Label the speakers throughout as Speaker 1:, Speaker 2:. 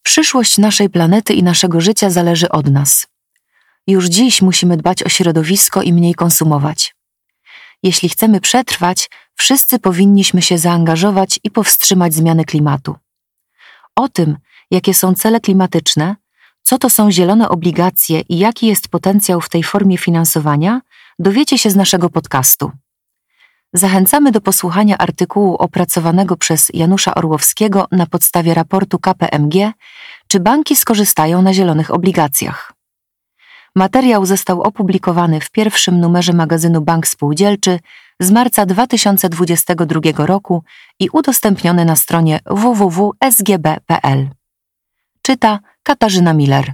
Speaker 1: Przyszłość naszej planety i naszego życia zależy od nas. Już dziś musimy dbać o środowisko i mniej konsumować. Jeśli chcemy przetrwać, wszyscy powinniśmy się zaangażować i powstrzymać zmiany klimatu. O tym, jakie są cele klimatyczne, co to są zielone obligacje i jaki jest potencjał w tej formie finansowania, dowiecie się z naszego podcastu. Zachęcamy do posłuchania artykułu opracowanego przez Janusza Orłowskiego na podstawie raportu KPMG, czy banki skorzystają na zielonych obligacjach. Materiał został opublikowany w pierwszym numerze magazynu Bank Spółdzielczy z marca 2022 roku i udostępniony na stronie www.sgb.pl. Czyta Katarzyna Miller.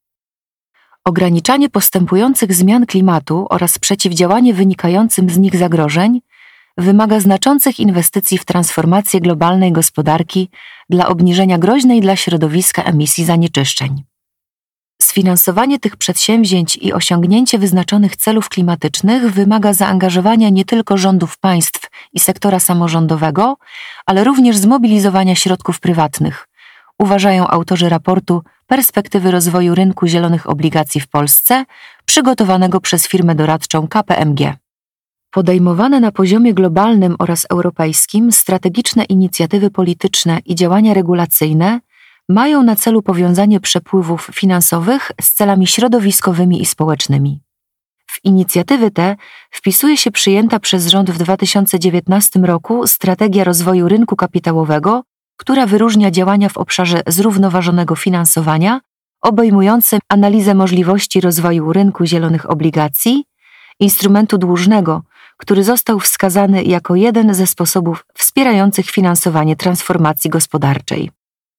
Speaker 1: Ograniczanie postępujących zmian klimatu oraz przeciwdziałanie wynikającym z nich zagrożeń wymaga znaczących inwestycji w transformację globalnej gospodarki dla obniżenia groźnej dla środowiska emisji zanieczyszczeń. Sfinansowanie tych przedsięwzięć i osiągnięcie wyznaczonych celów klimatycznych wymaga zaangażowania nie tylko rządów państw i sektora samorządowego, ale również zmobilizowania środków prywatnych, uważają autorzy raportu Perspektywy rozwoju rynku zielonych obligacji w Polsce, przygotowanego przez firmę doradczą KPMG. Podejmowane na poziomie globalnym oraz europejskim strategiczne inicjatywy polityczne i działania regulacyjne mają na celu powiązanie przepływów finansowych z celami środowiskowymi i społecznymi. W inicjatywy te wpisuje się przyjęta przez rząd w 2019 roku strategia rozwoju rynku kapitałowego, która wyróżnia działania w obszarze zrównoważonego finansowania, obejmujące analizę możliwości rozwoju rynku zielonych obligacji, instrumentu dłużnego, który został wskazany jako jeden ze sposobów wspierających finansowanie transformacji gospodarczej.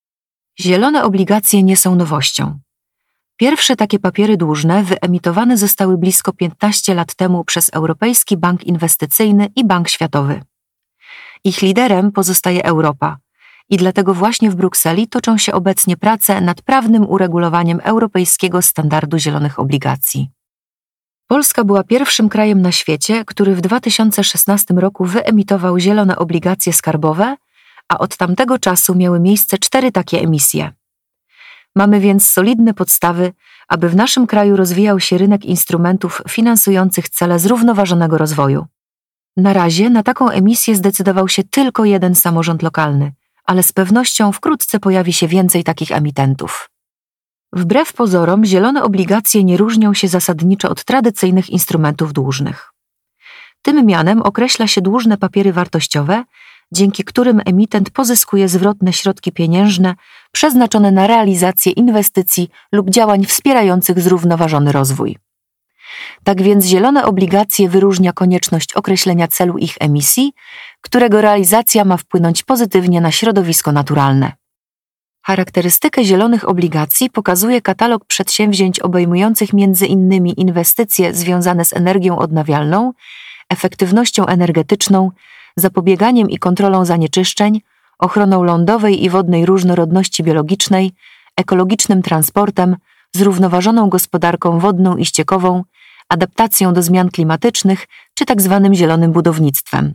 Speaker 1: Zielone obligacje nie są nowością. Pierwsze takie papiery dłużne wyemitowane zostały blisko 15 lat temu przez Europejski Bank Inwestycyjny i Bank Światowy. Ich liderem pozostaje Europa i dlatego właśnie w Brukseli toczą się obecnie prace nad prawnym uregulowaniem europejskiego standardu zielonych obligacji. Polska była pierwszym krajem na świecie, który w 2016 roku wyemitował zielone obligacje skarbowe, a od tamtego czasu miały miejsce 4 takie emisje. Mamy więc solidne podstawy, aby w naszym kraju rozwijał się rynek instrumentów finansujących cele zrównoważonego rozwoju. Na razie na taką emisję zdecydował się tylko jeden samorząd lokalny, ale z pewnością wkrótce pojawi się więcej takich emitentów. Wbrew pozorom, zielone obligacje nie różnią się zasadniczo od tradycyjnych instrumentów dłużnych. Tym mianem określa się dłużne papiery wartościowe, dzięki którym emitent pozyskuje zwrotne środki pieniężne przeznaczone na realizację inwestycji lub działań wspierających zrównoważony rozwój. Tak więc zielone obligacje wyróżnia konieczność określenia celu ich emisji, którego realizacja ma wpłynąć pozytywnie na środowisko naturalne. Charakterystykę zielonych obligacji pokazuje katalog przedsięwzięć obejmujących m.in. inwestycje związane z energią odnawialną, efektywnością energetyczną, zapobieganiem i kontrolą zanieczyszczeń, ochroną lądowej i wodnej różnorodności biologicznej, ekologicznym transportem, zrównoważoną gospodarką wodną i ściekową, adaptacją do zmian klimatycznych czy tzw. zielonym budownictwem.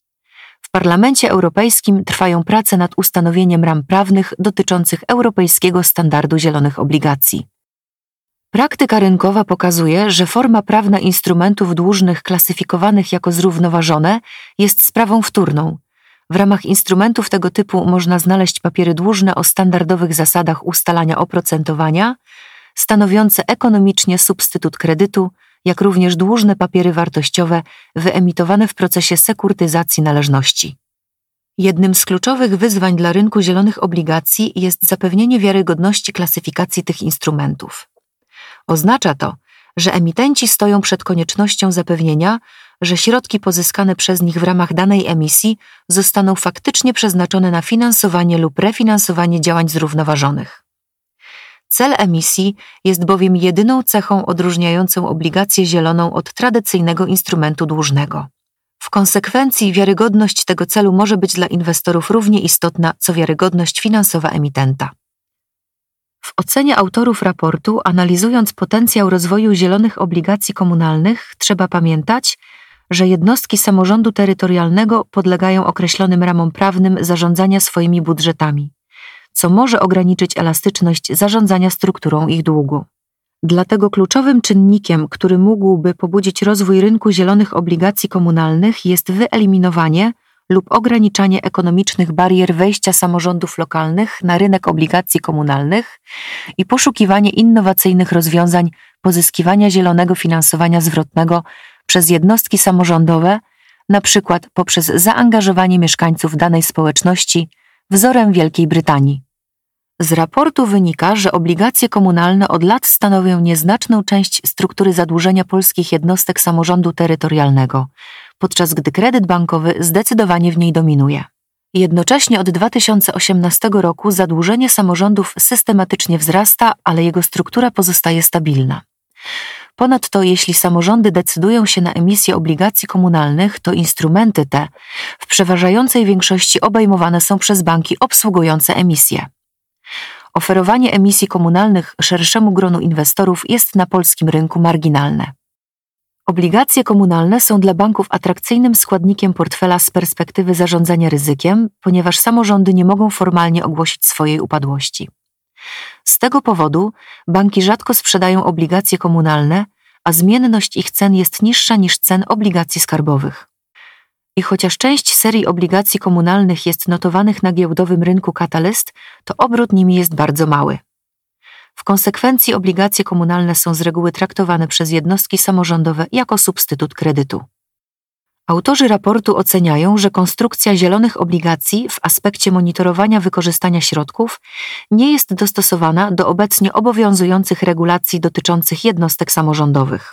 Speaker 1: W Parlamencie Europejskim trwają prace nad ustanowieniem ram prawnych dotyczących europejskiego standardu zielonych obligacji. Praktyka rynkowa pokazuje, że forma prawna instrumentów dłużnych klasyfikowanych jako zrównoważone jest sprawą wtórną. W ramach instrumentów tego typu można znaleźć papiery dłużne o standardowych zasadach ustalania oprocentowania, stanowiące ekonomicznie substytut kredytu, jak również dłużne papiery wartościowe wyemitowane w procesie sekurtyzacji należności. Jednym z kluczowych wyzwań dla rynku zielonych obligacji jest zapewnienie wiarygodności klasyfikacji tych instrumentów. Oznacza to, że emitenci stoją przed koniecznością zapewnienia, że środki pozyskane przez nich w ramach danej emisji zostaną faktycznie przeznaczone na finansowanie lub refinansowanie działań zrównoważonych. Cel emisji jest bowiem jedyną cechą odróżniającą obligację zieloną od tradycyjnego instrumentu dłużnego. W konsekwencji wiarygodność tego celu może być dla inwestorów równie istotna, co wiarygodność finansowa emitenta. W ocenie autorów raportu, analizując potencjał rozwoju zielonych obligacji komunalnych, trzeba pamiętać, że jednostki samorządu terytorialnego podlegają określonym ramom prawnym zarządzania swoimi budżetami, co może ograniczyć elastyczność zarządzania strukturą ich długu. Dlatego kluczowym czynnikiem, który mógłby pobudzić rozwój rynku zielonych obligacji komunalnych, jest wyeliminowanie lub ograniczanie ekonomicznych barier wejścia samorządów lokalnych na rynek obligacji komunalnych i poszukiwanie innowacyjnych rozwiązań pozyskiwania zielonego finansowania zwrotnego przez jednostki samorządowe, np. poprzez zaangażowanie mieszkańców danej społeczności, wzorem Wielkiej Brytanii. Z raportu wynika, że obligacje komunalne od lat stanowią nieznaczną część struktury zadłużenia polskich jednostek samorządu terytorialnego, podczas gdy kredyt bankowy zdecydowanie w niej dominuje. Jednocześnie od 2018 roku zadłużenie samorządów systematycznie wzrasta, ale jego struktura pozostaje stabilna. Ponadto, jeśli samorządy decydują się na emisję obligacji komunalnych, to instrumenty te w przeważającej większości obejmowane są przez banki obsługujące emisję. Oferowanie emisji komunalnych szerszemu gronu inwestorów jest na polskim rynku marginalne. Obligacje komunalne są dla banków atrakcyjnym składnikiem portfela z perspektywy zarządzania ryzykiem, ponieważ samorządy nie mogą formalnie ogłosić swojej upadłości. Z tego powodu banki rzadko sprzedają obligacje komunalne, a zmienność ich cen jest niższa niż cen obligacji skarbowych. I chociaż część serii obligacji komunalnych jest notowanych na giełdowym rynku Catalyst, to obrót nimi jest bardzo mały. W konsekwencji obligacje komunalne są z reguły traktowane przez jednostki samorządowe jako substytut kredytu. Autorzy raportu oceniają, że konstrukcja zielonych obligacji w aspekcie monitorowania wykorzystania środków nie jest dostosowana do obecnie obowiązujących regulacji dotyczących jednostek samorządowych.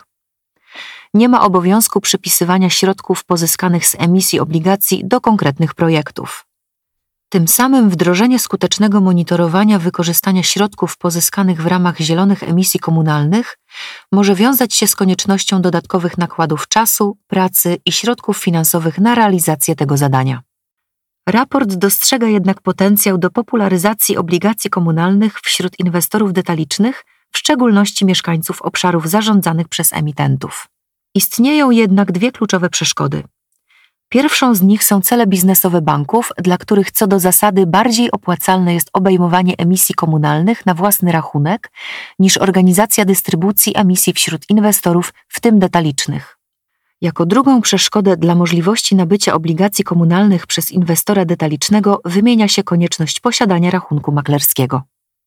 Speaker 1: Nie ma obowiązku przypisywania środków pozyskanych z emisji obligacji do konkretnych projektów. Tym samym wdrożenie skutecznego monitorowania wykorzystania środków pozyskanych w ramach zielonych emisji komunalnych może wiązać się z koniecznością dodatkowych nakładów czasu, pracy i środków finansowych na realizację tego zadania. Raport dostrzega jednak potencjał do popularyzacji obligacji komunalnych wśród inwestorów detalicznych, w szczególności mieszkańców obszarów zarządzanych przez emitentów. Istnieją jednak dwie kluczowe przeszkody. Pierwszą z nich są cele biznesowe banków, dla których co do zasady bardziej opłacalne jest obejmowanie emisji komunalnych na własny rachunek niż organizacja dystrybucji emisji wśród inwestorów, w tym detalicznych. Jako drugą przeszkodę dla możliwości nabycia obligacji komunalnych przez inwestora detalicznego wymienia się konieczność posiadania rachunku maklerskiego.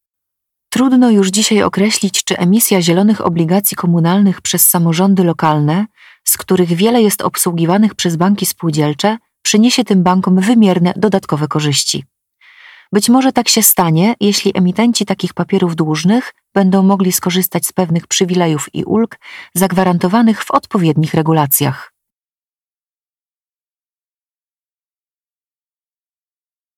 Speaker 1: Trudno już dzisiaj określić, czy emisja zielonych obligacji komunalnych przez samorządy lokalne, z których wiele jest obsługiwanych przez banki spółdzielcze, przyniesie tym bankom wymierne dodatkowe korzyści. Być może tak się stanie, jeśli emitenci takich papierów dłużnych będą mogli skorzystać z pewnych przywilejów i ulg zagwarantowanych w odpowiednich regulacjach.